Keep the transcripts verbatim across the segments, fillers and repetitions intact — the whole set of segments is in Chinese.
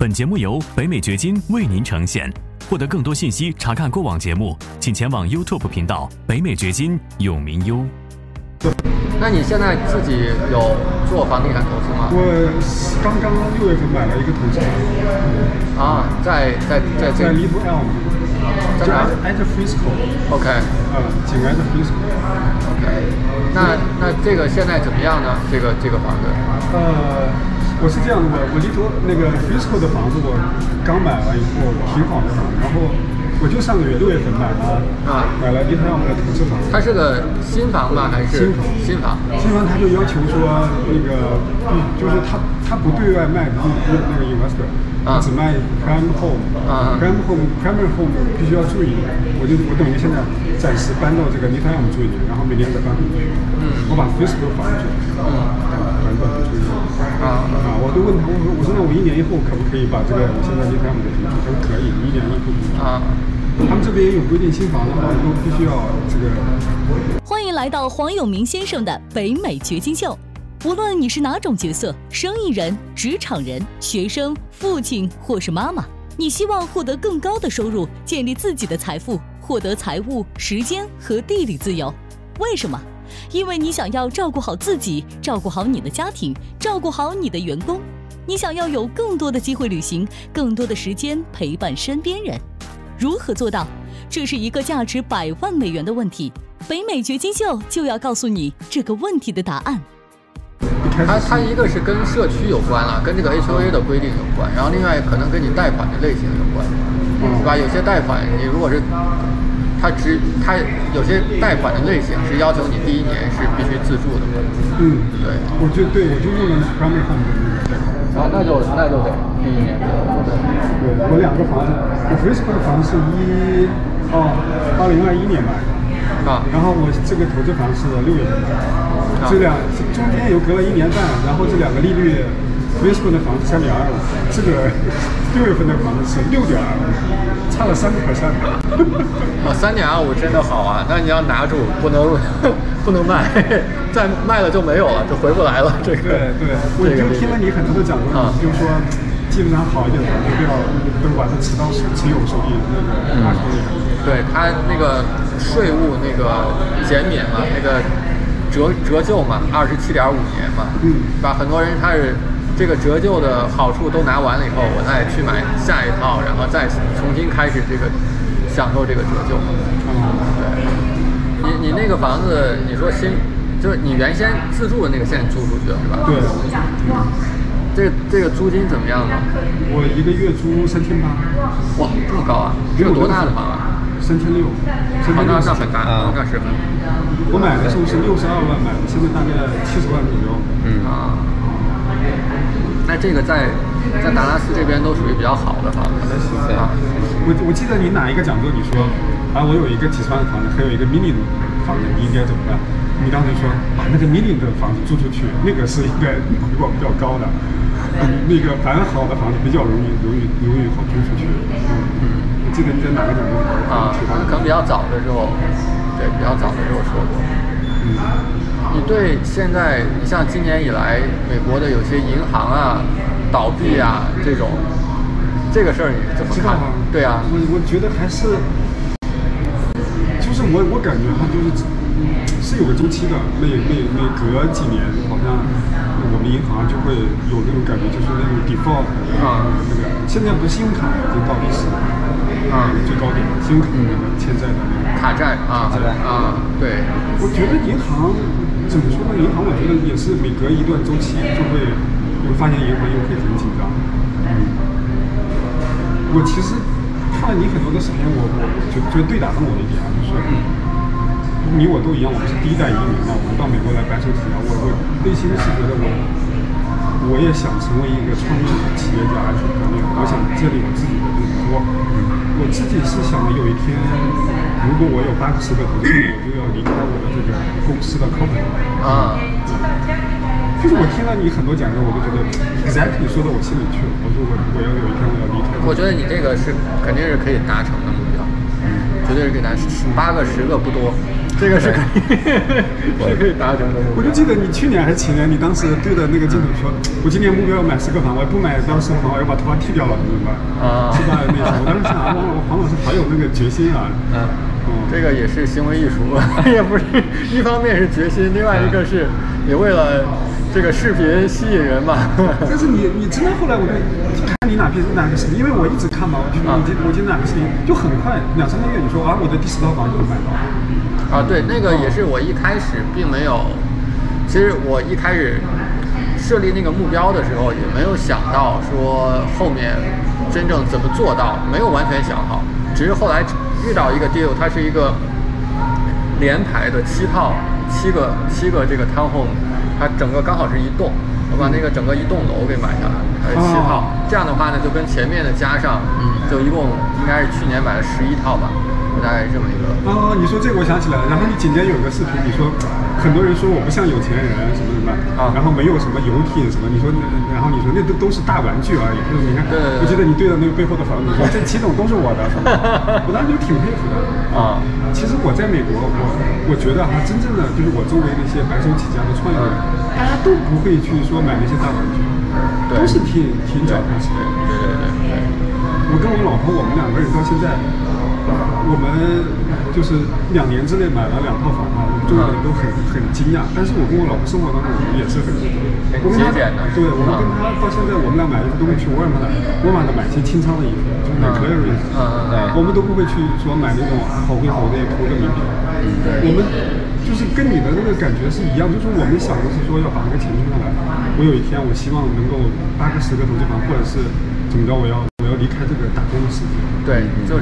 本节目由北美掘金为您呈现。获得更多信息，查看过往节目，请前往 YouTube 频道北美掘金永明优。 那你现在自己有做房地产投资吗？ 我刚刚六月份买了一个投资房。 啊，在在在在 Little Elm， 在哪？ 挨着 Frisco。OK。嗯，紧挨着 Frisco。OK。 那那这个现在怎么样呢？这个这个房子？ 呃，我是这样的，我我 Little 那个 Frisco 的房子我刚买完以后挺好的，然后。我就上个月六月份买了啊，买了Little Elm的投资房。 它是个新房吗？还是新房？ 新房。 新房他就要求说，那个，就是他他不对外卖那那个 investor， 他只卖 prime home， 啊 ，prime home primary home 必须要住一年。我就我等于现在暂时搬到这个Little Elm住一年，然后明年再搬回去。嗯。我把 Frisco 房子，嗯，搬到住一年。啊啊！我都问他，我说我说那我一年以后可不可以把这个我现在Little Elm的停住？他说可以，一年以后。啊。他们这边有规定，新房的话都必须要这个。 欢迎来到黄永明先生的北美掘金秀。无论你是哪种角色，生意人、职场人、学生、父亲或是妈妈，你希望获得更高的收入，建立自己的财富，获得财务、时间和地理自由。为什么？因为你想要照顾好自己，照顾好你的家庭，照顾好你的员工。你想要有更多的机会旅行，更多的时间陪伴身边人。如何做到？这是一个价值百万美元的问题。北美掘金秀就要告诉你这个问题的答案。 它它一个是跟社区有关了，跟这个 H O A 的规定有关，然后另外可能跟你贷款的类型有关，是吧？有些贷款你如果是它只它有些贷款的类型是要求你第一年是必须自住的。 嗯， 对， 我就对我就用了 primary home 的那个贷款。 啊，那就那就得第一年。 对，我两个房子，我 Frisco 的房子是一哦二零二一年买的啊，然后我这个投资房是六月份买的，啊、这两中间有隔了一年半，然后这两个利率 ，Frisco 的房子三点二五，这个六月份的房子是六点二五，差了三个 percent。 哦，三点二五真的好啊，那你要拿住，不能不能卖，再卖了就没有了，就回不来了。这个对对，我就听了你很多的讲座，啊、就是说。基本上好一点的，就不要都把它持到持有收益那个拿出来。 对他那个税务那个减免嘛，那个折折旧嘛，二十七点五年嘛，嗯，把很多人他是这个折旧的好处都拿完了以后，我再去买下一套，然后再重新开始这个享受这个折旧。嗯，对。你你那个房子，你说新就是你原先自住的那个，现在租出去了是吧？ 对。 这这个租金怎么样呢？ 我一个月租三千八。 哇，这么高啊！这有多大的房啊？ 三千六。 好，那那很大啊，那是很。 我买的时候是六十二万买的，现在大概七十万左右。 嗯啊。那这个在在达拉斯这边都属于比较好的房子。 啊。我我记得你哪一个讲座你说啊，我有一个几十万的房子，还有一个 mini 的房子，你应该怎么办？你当时说啊，那个 mini 的房子租出去，那个是应该回报比较高的。那个反正好的房子比较容易容易容易好租出去。嗯，我记得你在哪个讲座啊？可能比较早的时候，对，比较早的时候说过。嗯，你对现在，你像今年以来美国的有些银行啊倒闭啊这种，这个事儿你怎么看？对啊， 我我觉得还是，就是我我感觉它就是是有个周期的，每每每隔几年好像。我们银行就会有那种感觉，就是那种 default 啊，那个现在不是信用卡已经到历史啊最高点了，信用卡那个欠债的那个卡债啊啊，对。 我觉得银行怎么说呢？银行我觉得也是每隔一段周期就会，你会发现银行又会很紧张。嗯，我其实看了你很多的视频，我我觉觉得对打动我的一点啊，就是。你我都一样，我们是第一代移民嘛，我们到美国来白手起家。我我内心是觉得我，我也想成为一个创业的企业家，去创业。我想建立我自己的这种我，我自己是想有一天，如果我有八个十个投资人，我就要离开我的这个公司的 company 啊。就是我听了你很多讲座，我就觉得 exactly 说到我心里去了。我说我我要有一天我要离开。 我觉得你这个是肯定是可以达成的目标。绝对是给他八个十个不多， 这个是可以是可以达成的。 我就记得你去年还是前年，你当时对着那个镜头说，我今年目标要买十个房，我不买到十个房，我要把头发剃掉了，怎么办？啊，是吧？那时候我当时想，啊，黄老师好有那个决心啊。 嗯，嗯这个也是行为艺术，也不是一方面是决心，另外一个是也为了这个视频吸引人嘛。 但是你你真的后来我就看你哪篇哪个视频，因为我一直看嘛，我就我记我记得哪个视频就很快两三个月，你说啊我的第十套房就买到了。 啊，对，那个也是我一开始并没有，其实我一开始设立那个目标的时候，也没有想到说后面真正怎么做到，没有完全想好，只是后来遇到一个 deal， 它是一个连排的七套，七个七个这个 townhome， 它整个刚好是一栋，我把那个整个一栋楼给买下来，还是七套，这样的话呢，就跟前面的加上，就一共应该是去年买了十一套吧。大概这么一个哦，你说这个我想起来了。然后你紧接着有一个视频，你说很多人说我不像有钱人什么什么啊，然后没有什么游艇什么，你说，然后你说那都都是大玩具而已。就是你看， 对对对我记得你对着那个背后的房子，你说这七栋都是我的，我当时就挺佩服的啊。其实我在美国，我我觉得哈，真正的就是我周围那些白手起家的创业人，大家都不会去说买那些大玩具，都是挺挺脚踏实地。 对对对对。 我跟我老婆，我们两个人到现在。我们就是两年之内买了两套房啊，我们周围人都很很惊讶。但是我跟我老婆生活当中，我们也是很很节俭的。 对，我们跟她到现在，我们俩买衣服都会去沃尔玛的，沃尔玛的买一些清仓的衣服，就是 McLaren，嗯嗯，我们都不会去说买那种好贵好贵图个名牌。嗯，对，我们就是跟你的那个感觉是一样，就是我们想的是说要把那个钱存下来。我有一天，我希望能够搭个十个投资房，或者是怎么着，我要我要离开这个打工的世界。 对，就是。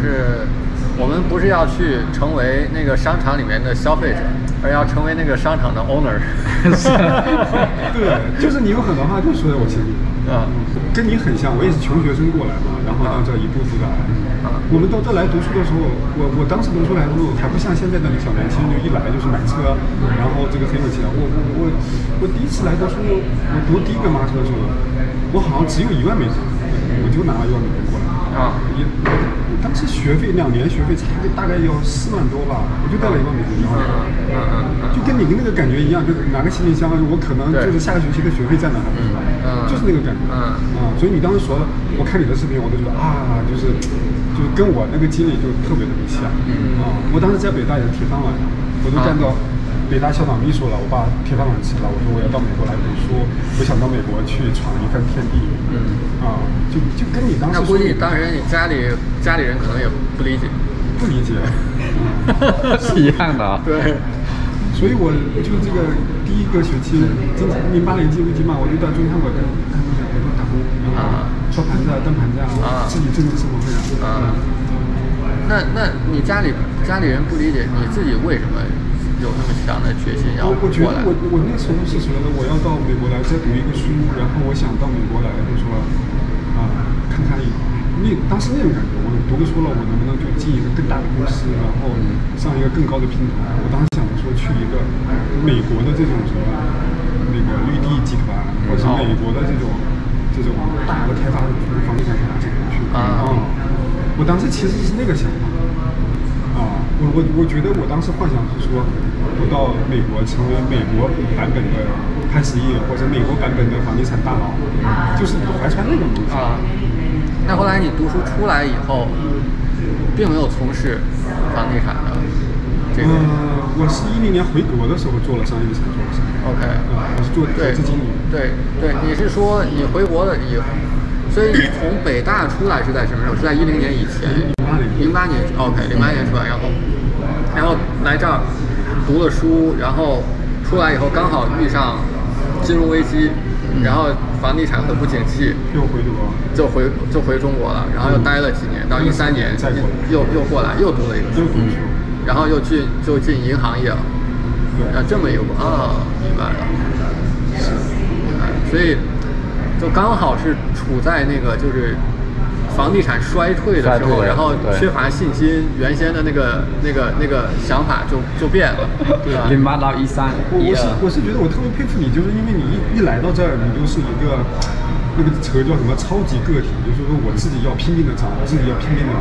我们不是要去成为那个商场里面的消费者，而要成为那个商场的 owner。 对，就是你有很多话就说在我心里，啊、嗯，跟你很像，我也是穷学生过来嘛，然后到这一步步的来。啊，我们到这来读书的时候，我我当时读书来的时候还不像现在的小年轻，就一来就是买车，然后这个很有钱。我我我我第一次来读书，我读第一个马车的时候，我好像只有一万美金，我就拿了一万美金过来。啊，也当时学费两年学费差个大概要四万多吧，我就带了一万美金，然后，嗯嗯嗯，就跟你那个感觉一样，就是拿个行李箱，我可能就是下个学期的学费在哪，嗯，就是那个感觉，嗯啊，所以你当时说，我看你的视频，我都觉得啊，就是就是跟我那个经历就特别特别像，嗯啊，我当时在北大也是铁饭碗，我都干到北大校长秘书了，我把铁饭碗吃了，我说我要到美国来读书，我想到美国去闯一番天地，嗯啊，就就跟你当时， 那估计当时你家里家里人可能也不理解， 不理解， 是一样的啊， 对， 所以我就这个第一个学期，今零八年进入金马，我就到中餐馆干干那个打工，然后刷盘子、端盘子啊，自己挣的生活费啊。 那那你家里家里人不理解，你自己为什么？有那么强的决心要过来。 我觉得我我那时候是觉得我要到美国来再读一个书，然后我想到美国来就说啊、呃、看看那当时那种感觉，我读个书了，我能不能就进一个更大的公司，然后上一个更高的平台？我当时想着说去一个美国的这种什么那个绿地集团，或者是美国的这种这种大的开发房地产开发集团去啊、嗯。我当时其实是那个想法。啊，我我我觉得我当时幻想是说，我到美国成为美国版本的潘石屹，或者美国版本的房地产大佬，就是怀揣那种东西啊。那后来你读书出来以后，并没有从事房地产的这个。 呃，我是一零年回国的时候做了商业地产做的事。 OK， 啊、呃，我是做投资经理。 对对，你是说你回国了以后？所以你从北大出来是在什么时候？是在一零年以前，零八年 ，OK， 零八年出来，然后，然后来这儿读了书，然后出来以后刚好遇上金融危机，然后房地产很不景气， 又回国， 就回就回中国了，然后又待了几年，到一三年又又过来又读了一个书，然后又进就进银行业了，啊，这么一个啊，明白了，是，明白了，所以。就刚好是处在那个就是房地产衰退的时候，然后缺乏信心，原先的那个那个那个想法就就变了，对吧？ 零八到一三， 我是我是觉得我特别佩服你，就是因为你一一来到这儿，你就是一个那个词叫什么超级个体，就是说我自己要拼命的涨，我自己要拼命的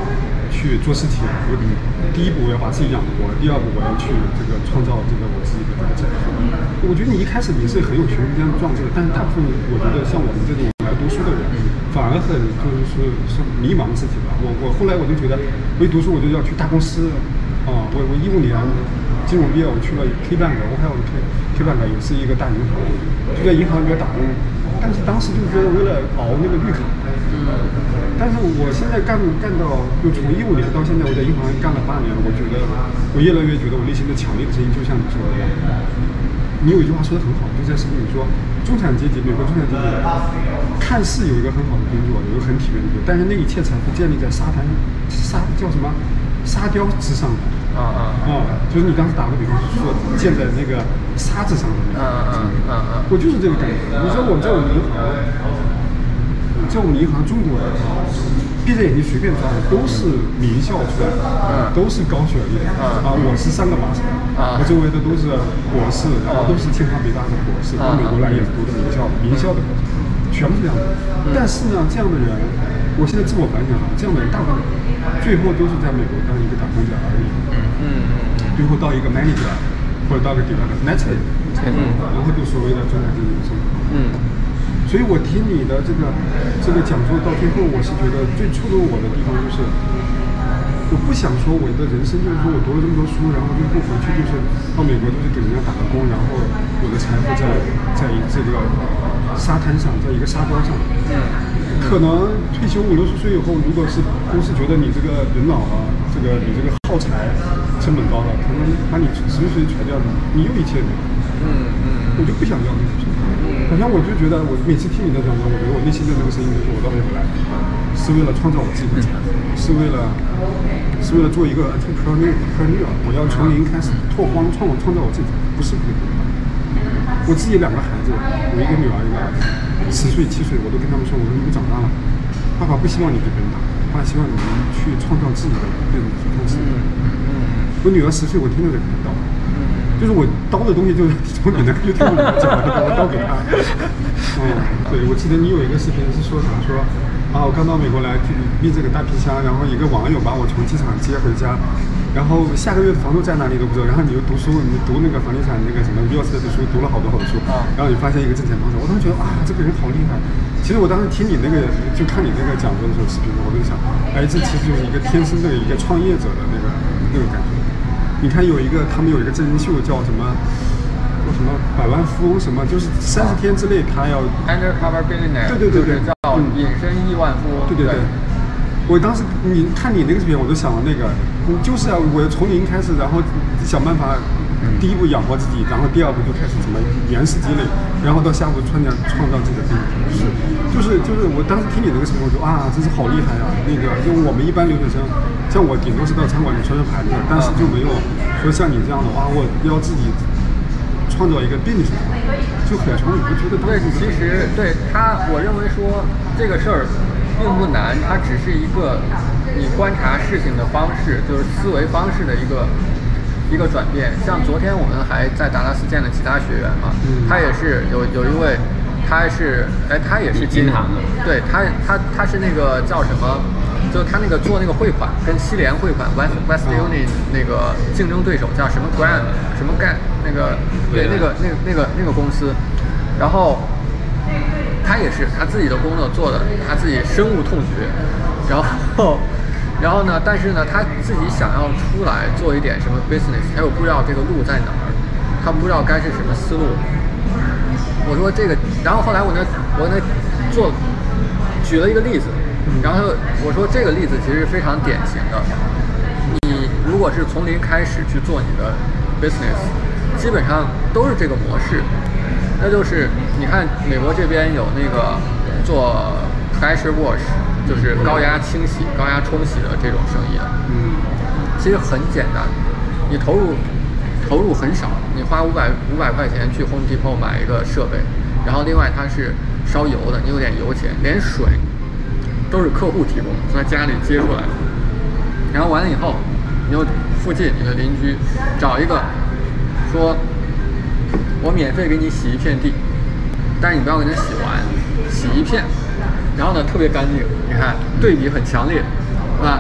去做事情。我第一步我要把自己养活，第二步我要去这个创造这个我自己的这个财富。我觉得你一开始你是很有雄心壮志的，但是大部分我觉得像我们这种来读书的人，反而很就是是迷茫自己吧。我我后来我就觉得，我一读书我就要去大公司。啊、呃，我我一五年金融毕业，我去了 K Bank， 我还有 K K Bank 也是一个大银行，就在银行里面打工。但是当时就觉得为了熬那个绿卡，嗯，但是我现在干干到就从一五年到现在，我在银行干了八年了，我觉得我越来越觉得我内心的强烈的声音就像你说的一样。你有一句话说的很好，就在视频里说，中产阶级，美国中产阶级看似有一个很好的工作，有一个很体面的工作，但是那一切财富建立在沙滩沙叫什么沙雕之上的。啊啊啊！就是你当时打个比方说建在那个沙子上的那个， 嗯嗯嗯嗯， 我就是这个感觉。你说我在我们银行，在我们银行中国人闭着眼睛随便抓的都是名校出来的，嗯，都是高学历，啊，我是三个 master，啊，我周围的都是博士，然后都是清华北大的博士，到美国来也是读的名校，名校的博士，全部是这样的。但是呢，这样的人，我现在自我反省啊，这样的人大部分最后都是在美国当一个打工者而已。嗯，最后到一个 manager 或者到个 developer， 嗯，然后就所谓的中产阶级的生活。嗯，所以我听你的这个这个讲座到最后，我是觉得最触动我的地方就是，我不想说我的人生就是说我读了这么多书，然后就不回去就是到美国就是给人家打个工，然后我的财富在在这个沙滩上，在一个沙雕上。嗯，可能退休五六十岁以后，如果是公司觉得你这个人老了，这个你这个耗材成本高了，可能把你随时裁掉，你又一切没有。嗯嗯，我就不想要那种。好像我就觉得，我每次听你的讲座，我觉得我内心的那个声音就是，我到美国来是为了创造我自己的财富，是为了是为了做一个 entrepreneur， 我要从零开始拓荒创创造我自己，不是为了。我自己两个孩子，有一个女儿，一个儿子，十岁七岁，我都跟他们说，我说你们长大了，爸爸不希望你被别人打，爸爸希望你们去创造自己的这种方式。我女儿十岁，我天天在跟她叨，就是我叨的东西就是从你那 YouTube 里面讲的，我叨给她。嗯，对，我记得你有一个视频是说什么说啊，我刚到美国来拎着个大皮箱，然后一个网友把我从机场接回家。然后下个月的房租在哪里都不知道，然后你又读书，你读那个房地产那个什么 real estate 的书，读了好多好多书，啊，然后你发现一个挣钱方式，我当时觉得啊，这个人好厉害。其实我当时听你那个，就看你那个讲座的时候视频，我就想，哎，这其实就是一个天生的一个创业者的那个那个感觉。你看有一个他们有一个真人秀叫什么，叫什么百万富翁什么，就是三十天之内他要 undercover billionaire， 对对对对， 叫隐身亿万富翁， 对对对。我当时你看你那个视频，我就想了那个，就是啊，我从零开始，然后想办法，第一步养活自己，然后第二步就开始怎么原始积累，然后到下步创造创造自己的病，就是就是就是我当时听你那个视频，我说啊，真是好厉害啊！那个因为我们一般留学生，像我顶多是到餐馆里刷刷牌子，但是就没有说像你这样的哇，我要自己创造一个 business， 就很从你不觉得？ 对，其实对他，我认为说这个事儿并不难，它只是一个你观察事情的方式，就是思维方式的一个一个转变。像昨天我们还在达拉斯见了其他学员嘛，嗯、他也是有有一位，他是哎他也是金行的， 对他他他是那个叫什么？就他那个做那个汇款，跟西联汇款 West West Union 那个竞争对手叫什么 Grand 什么干那个对那个那个那个那个公司，然后他也是他自己的工作做的他自己深恶痛绝，然后然后呢，但是呢他自己想要出来做一点什么 business， 他又不知道这个路在哪儿，他不知道该是什么思路。我说这个，然后后来我呢我呢做举了一个例子。然后我说这个例子其实非常典型的，你如果是从零开始去做你的 business， 基本上都是这个模式，那就是你看美国这边有那个做 pressure wash， 就是高压清洗、高压冲洗的这种生意的，嗯，其实很简单，你投入投入很少，你花五百五百块钱去 Home Depot 买一个设备，然后另外它是烧油的，你有点油钱，连水都是客户提供，从他家里接出来，然后完了以后，你就附近你的邻居找一个，说，我免费给你洗一片地，但是你不要给它洗完，洗一片，然后呢特别干净，你看对比很强烈，是吧？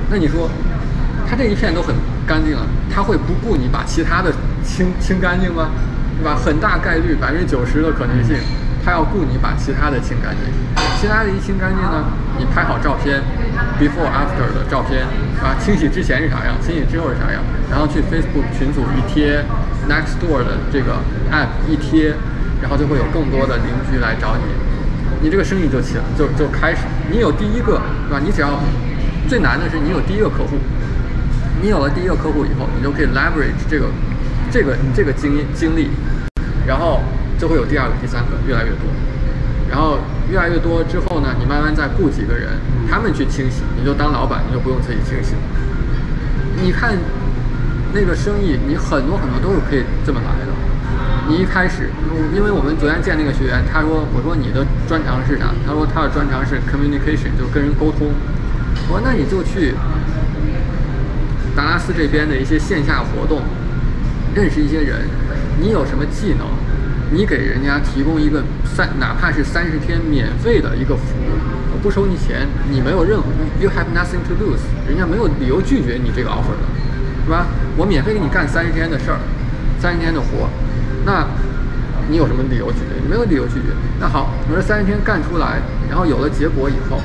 那你说，他这一片都很干净了，他会不顾你把其他的清清干净吗？对吧？很大概率百分之九十的可能性，他要顾你把其他的清干净。其他的一清干净呢，你拍好照片 ，before after 的照片啊，清洗之前是啥样，清洗之后是啥样，然后去 Facebook 群组一贴 ，Nextdoor 的这个 app 一贴，然后就会有更多的邻居来找你，你这个生意就起了，就就开始。你有第一个，对吧？你只要最难的是你有第一个客户，你有了第一个客户以后，你就可以 leverage 这个这个这个经经历，然后就会有第二个、第三个，越来越多。然后越来越多之后呢，你慢慢再雇几个人，他们去清洗，你就当老板，你就不用自己清洗。你看那个生意，你很多很多都是可以这么来的。你一开始，因为我们昨天见那个学员，他说，我说你的专长是啥？他说他的专长是 communication， 就是跟人沟通。我说那你就去达拉斯这边的一些线下活动，认识一些人，你有什么技能？你给人家提供一个三，哪怕是三十天免费的一个服务，我不收你钱，你没有任何 ，you have nothing to lose， 人家没有理由拒绝你这个 offer 的，是吧？我免费给你干三十天的事儿，三十天的活，那你有什么理由拒绝？你没有理由拒绝。那好，我这三十天干出来，然后有了结果以后，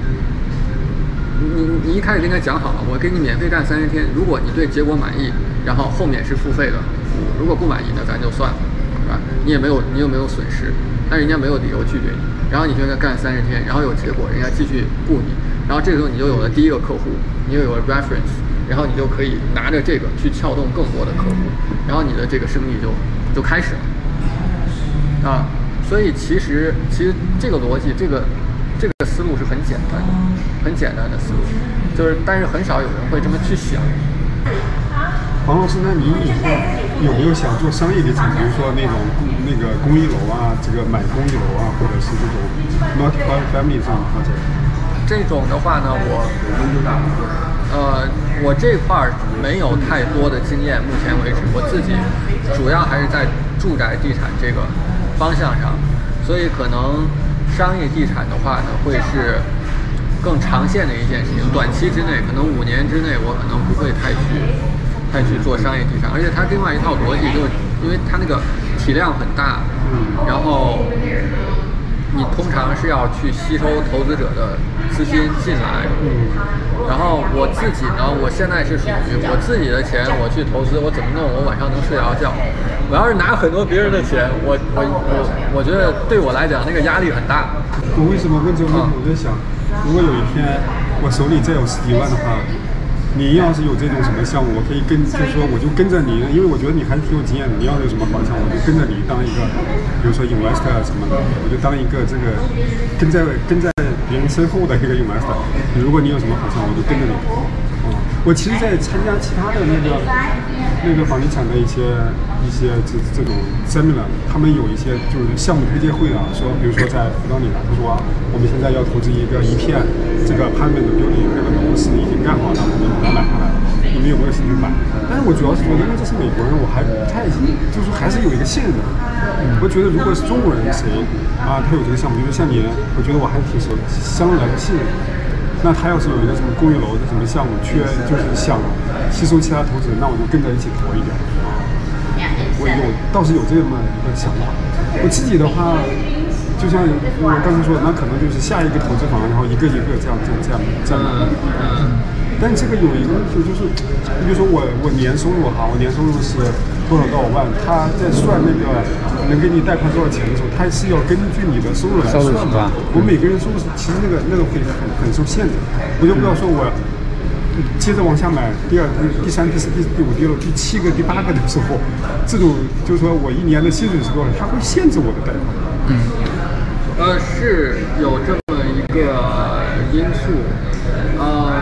你你一开始跟他讲好了，我给你免费干三十天，如果你对结果满意，然后后面是付费的服务，如果不满意那咱就算了。你也没有，你又没有损失，但人家没有理由拒绝你。然后你就跟他干三十天，然后有结果，人家继续雇你。然后这个时候你就有了第一个客户，你又有了 reference， 然后你就可以拿着这个去撬动更多的客户，然后你的这个生意就就开始了啊。所以其实其实这个逻辑，这个这个思路是很简单的，很简单的思路，就是但是很少有人会这么去想。 黄老师，那你以后有没有想做商业地产？比如说那种那个公寓楼啊，这个买公寓楼啊，或者是这种 multi-family 这种 project？ 这种的话呢，我呃，我这块儿没有太多的经验，目前为止，我自己主要还是在住宅地产这个方向上，所以可能商业地产的话呢，会是更长线的一件事情。短期之内，可能五年之内，我可能不会太去。再去做商业地产，而且它另外一套逻辑就是，因为它那个体量很大，然后你通常是要去吸收投资者的资金进来，然后我自己呢，我现在是属于我自己的钱我去投资，我怎么弄我晚上能睡着觉？我要是拿很多别人的钱，我我我我觉得对我来讲那个压力很大。 我为什么问这个问题？我在想，如果有一天我手里再有十几万的话。你要是有这种什么项目，我可以跟，就是说我就跟着你，因为我觉得你还是挺有经验的。你要是有什么好项目，我就跟着你当一个，比如说 investor 什么的，我就当一个这个跟在跟在别人身后的一个 investor。如果你有什么好项目，我就跟着你。嗯，我其实，在参加其他的那个那个房地产的一些一些这这种 seminar， 他们有一些就是项目推介会啊，说比如说在辅导你的，他说我们现在要投资一个一片这个 apartment 的 building， 那个楼是已经盖好了，我们把它买下来了，你们有没有兴趣买？但是我主要是觉得，因为这是美国人，我还不太，就是还是有一个信任的。我觉得如果是中国人谁啊，他有这个项目，就是像你，我觉得我还挺熟，相对来说信任。那他要是有一个什么公寓楼的什么项目，缺就是想吸收其他投资人，那我就跟着一起投一点啊。我有倒是有这么一个想法。我自己的话，就像我刚才说的，那可能就是下一个投资房，然后一个一个这样这样这样这样。但这个有一个问题就是，你比如说我我年收入哈，我年收入是多少多少万，他在算那个能给你贷款多少钱的时候，他是要根据你的收入来算的。我每个人收入其实那个那个会很很受限制，我就不要说我接着往下买第二、第三、第四、第第五、第六、第七个、第八个的时候，这种就是说我一年的薪水是多少，它会限制我的贷款。 嗯，呃，是有这么一个因素，呃。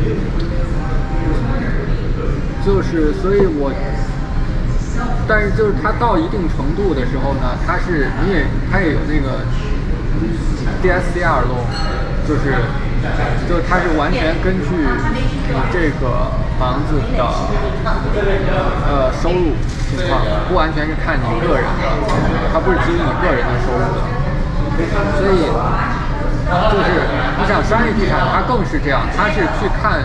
就是所以我，但是就是它到一定程度的时候呢，它是你也它也有那个 D S C R loan， 就是就是它是完全根据你这个房子的呃收入情况，不完全是看你个人的，它不是基于你个人的收入的，所以就是你想商业地产它更是这样，它是去看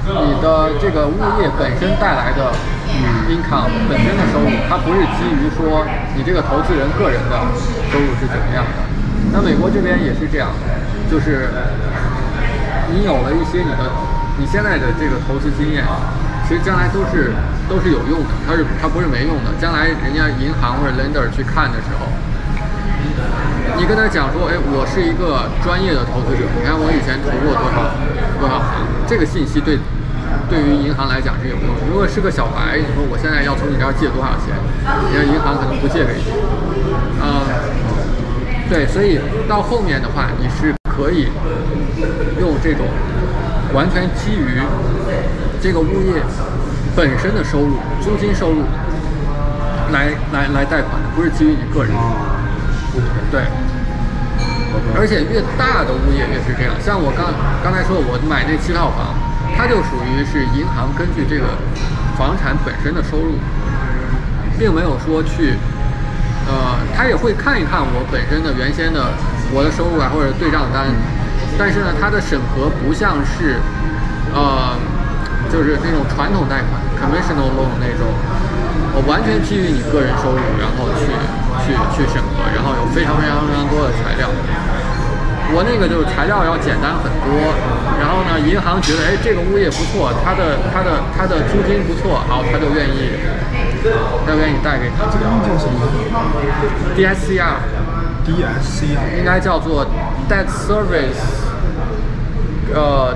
你的这个物业本身带来的 income 本身的收入，它不是基于说你这个投资人个人的收入是怎么样的。那美国这边也是这样，就是你有了一些你的你现在的这个投资经验，其实将来都是都是有用的，它是它不是没用的。将来人家银行或者 lender 去看的时候，你跟他讲说，哎，我是一个专业的投资者，你看我以前投过多少多少行，这个信息对对于银行来讲是有用的。如果是个小白，你说我现在要从你这儿借多少钱，人家银行可能不借给你。啊、呃，对，所以到后面的话，你是可以用这种完全基于这个物业本身的收入、租金收入来来来贷款的，不是基于你个人。对，而且越大的物业越是这样。像我刚刚才说，我买那七套房，它就属于是银行根据这个房产本身的收入，并没有说去，呃，他也会看一看我本身的原先的我的收入啊，或者对账单，但是呢，它的审核不像是，呃，就是那种传统贷款 conventional loan 那种。我完全基于你个人收入，然后去去去审核，然后有非常非常非常多的材料。我那个就是材料要简单很多，然后呢，银行觉得哎这个物业不错，它的它的它的租金不错，好，他就愿意他就愿意贷给他。 这个叫什么 ？D S C R。 D S C R 应该叫做 Debt Service， 呃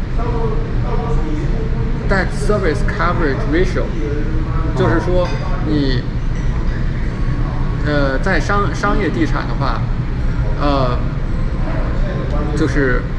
，Debt Service Coverage Ratio。就是说你，呃，在商商业地产的话，呃，就是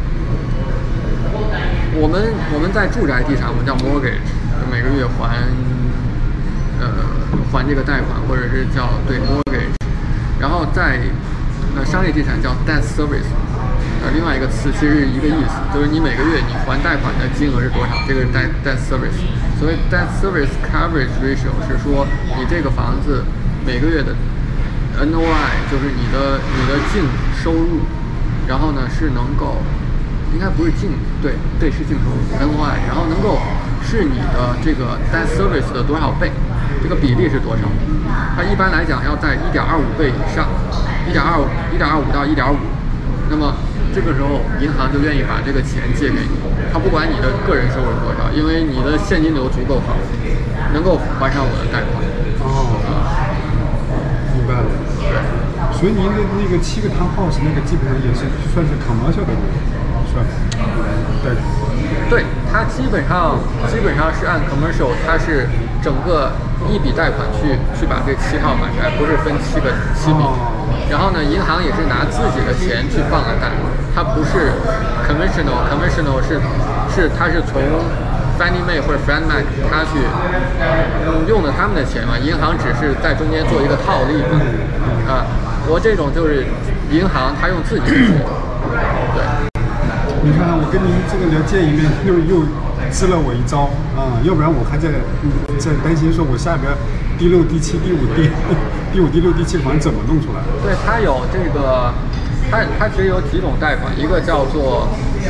我们我们在住宅地产，我们叫 mortgage， 每个月还，呃，还这个贷款，或者是叫对 mortgage， 然后在呃商业地产叫 debt service， 呃，另外一个词其实是一个意思，就是你每个月你还贷款的金额是多少，这个是 debt debt service。所谓 debt service coverage ratio 是说你这个房子每个月的 N O I 就是你的你的净收入，然后呢是能够，应该不是净，对对是净收入 N O I， 然后能够是你的这个 debt service 的多少倍，这个比例是多少？它一般来讲要在一点二五倍以上，一点二五一点二五到一点五，那么这个时候银行就愿意把这个钱借给你。他不管你的个人收入多少，因为你的现金流足够好，能够还上我的贷款。 哦，明白了。对，所以您的那个七个 townhouse 那个基本上也是算是 commercial 的，算贷款。 对，它基本上基本上是按 commercial， 它是整个一笔贷款去去把这七套买下来，不是分七个七笔。哦，然后呢，银行也是拿自己的钱去放了贷，它不是 conventional，conventional 是是它是从 Fannie Mae 或者 Freddie Mac 它去用的他们的钱嘛，银行只是在中间做一个套利嘛，啊，我这种就是银行它用自己的钱，对。 你看，我跟您这个聊见一面，又又支了我一招啊、嗯，要不然我还在在担心说我下边第六、第七、第五、第第五、第六、第七房怎么弄出来？ 对，它有这个，它它其实有几种贷款，一个叫做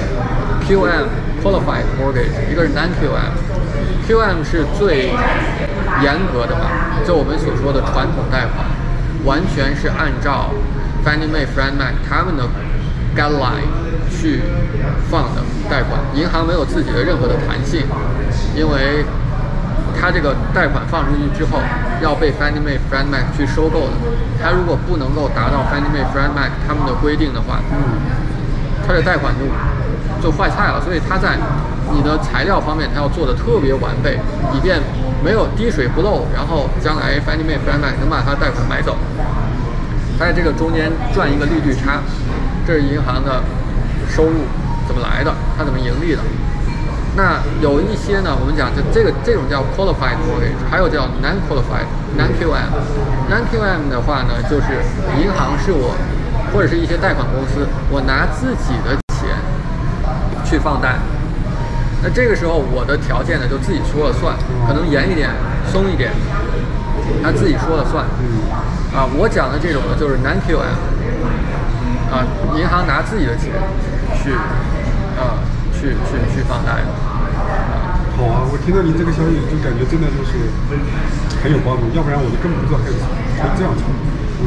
Q M Qualified Mortgage， 一个是 Non Q M。Q M 是最严格的吧，就我们所说的传统贷款，完全是按照 Fannie Mae、Freddie Mac 他们的 guideline 去放的贷款，银行没有自己的任何的弹性，因为它这个贷款放出去之后要被 Fannie Mae、Freddie Mac 去收购的，它如果不能够达到 Fannie Mae、Freddie Mac 他们的规定的话，它的贷款就就坏菜了。所以它在你的材料方面，它要做的特别完备，以便没有滴水不漏，然后将来 Fannie Mae、Freddie Mac 能把它贷款买走。它在这个中间赚一个利率差，这是银行的收入怎么来的，它怎么盈利的。那有一些呢，我们讲这这个这种叫 qualified mortgage， 还有叫 non qualified non Q M。non Q M 的话呢，就是银行是我或者是一些贷款公司，我拿自己的钱去放贷。那这个时候我的条件呢就自己说了算，可能严一点松一点，他自己说了算。啊，我讲的这种呢就是 non Q M， 啊，银行拿自己的钱去，啊，去去去放贷的。啊好啊，我听到您这个消息就感觉真的就是很有帮助，要不然我就根本不知道该该这样操作。嗯，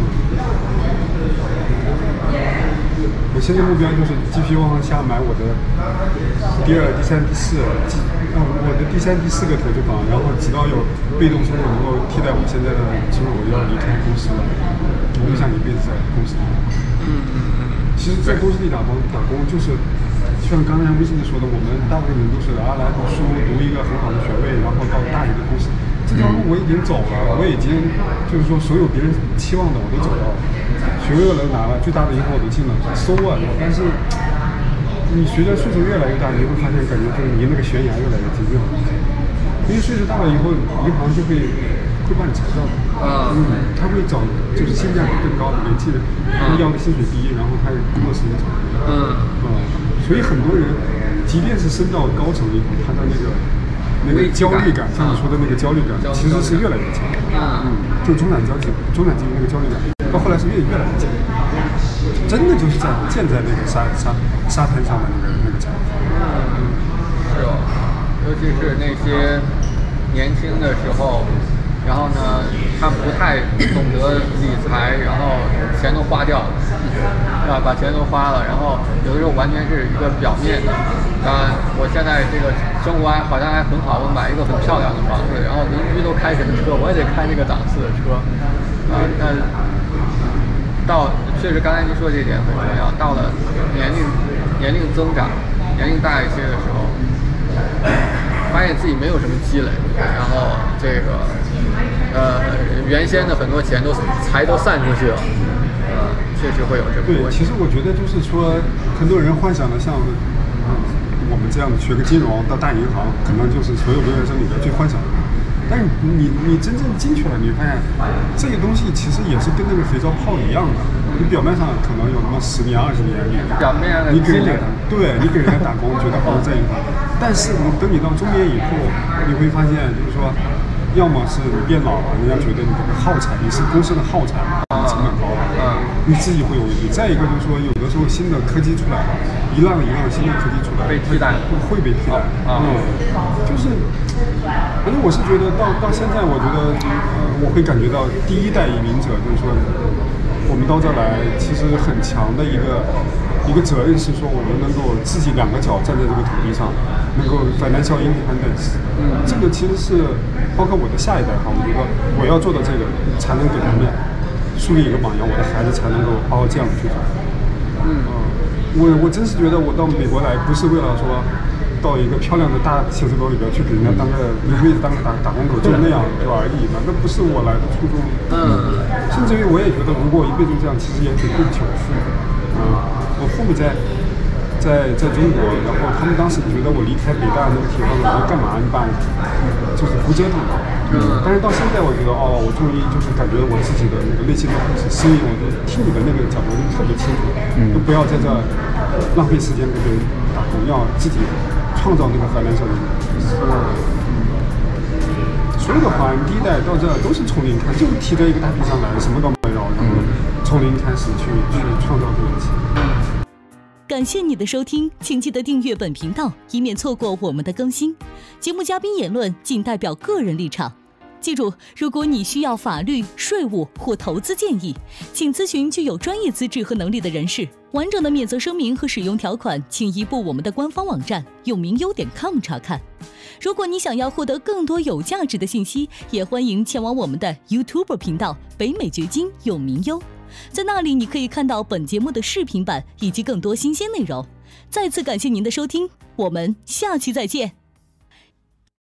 我现在目标就是继续往下买我的第二、第三、第四，啊，我的第三、第四个投资房，然后直到有被动收入能够替代我现在的收入，我要离开公司了。我不想一辈子在公司里。 嗯嗯嗯。 其实，在公司里打工打工就是。就像刚才微信说的，我们大部分人都是啊来读书，读一个很好的学位，然后到大一个公司。这条路我已经走了，我已经就是说所有别人期望的我都走到了，学位我都拿了，最大的银行我都进了 ，so what？ 但是你随着岁数越来越大，你会发现感觉就是离那个悬崖越来越近，越来越近。因为岁数大了以后，银行就会会把你裁掉的。嗯，他会找就是性价比更高的年轻人，他要的薪水低，然后他工作时间长。嗯嗯。所以很多人，即便是升到高层以后，他的那个那个焦虑感，像你说的那个焦虑感，其实是越来越强。嗯，就中产阶级、中产阶级那个焦虑感，到后来是越越来越强。真的就是在建在那个沙沙沙滩上的那个那个墙。 嗯，是哦，尤其是那些年轻的时候。然后呢，他不太懂得理财，然后钱都花掉了，是吧？把钱都花了，然后有的时候完全是一个表面的。啊，我现在这个生活还好像还很好，我买一个很漂亮的房子，然后邻居都开什么车，我也得开那个档次的车。啊，但到确实刚才您说这一点很重要，到了年龄年龄增长、年龄大一些的时候，发现自己没有什么积累，然后这个。呃，原先的很多钱都财都散出去了，呃，确实会有这个问题。 对，其实我觉得就是说，很多人幻想的像、嗯、我们这样学个金融到大银行，可能就是所有留学生里面最幻想的。但是你你真正进去了，你发现这个东西其实也是跟那个肥皂泡一样的。你表面上可能有那么十年二十年，你表面上你给人家对你给人家打工，觉得好像在银行，但是等你到中年以后，你会发现就是说。要么是你变老了，人家觉得你这个耗材，你是公司的耗材嘛，成本高了，嗯，你自己会有问题。再一个就是说，有的时候新的科技出来了，一浪一浪新的科技出来， 被替代， 会被替代。嗯，就是，反正我是觉得到到现在，我觉得呃，我会感觉到第一代移民者就是说，我们到这来其实很强的一个一个责任是说，我们能够自己两个脚站在这个土地上，能够financial independence。嗯，这个其实是。包括我的下一代哈，我觉得我要做到这个，才能给他们树立一个榜样，我的孩子才能够好好这样去做。嗯，我我真是觉得我到美国来，不是为了说到一个漂亮的大写字楼里边去给人家当个一辈子当个打打工狗，就那样就而已嘛，那不是我来的初衷。嗯，甚至于我也觉得，如果我一辈子这样，其实也挺对不起我父母。嗯，我父母在。在在中国，然后他们当时觉得我离开北大那个铁饭碗，我干嘛？你把就是不折腾了。嗯。但是到现在，我觉得哦，我终于就是感觉我自己的那个内心的声音，我都听你的那个讲，我就特别清楚。嗯。就不要在这浪费时间给别人打工，要自己创造那个financial上的。所有的华人第一代到这都是从零开始，就提着一个大皮箱来，什么都没有，然后从零开始去去创造这个东西。 感谢你的收听，请记得订阅本频道，以免错过我们的更新。节目嘉宾言论仅代表个人立场。记住，如果你需要法律、税务或投资建议，请咨询具有专业资质和能力的人士。完整的免责声明和使用条款，请移步我们的官方网站永明优点 com 查看。如果你想要获得更多有价值的信息，也欢迎前往我们的 YouTube 频道北美掘金永明优。在那里你可以看到本节目的视频版以及更多新鲜内容。再次感谢您的收听，我们下期再见。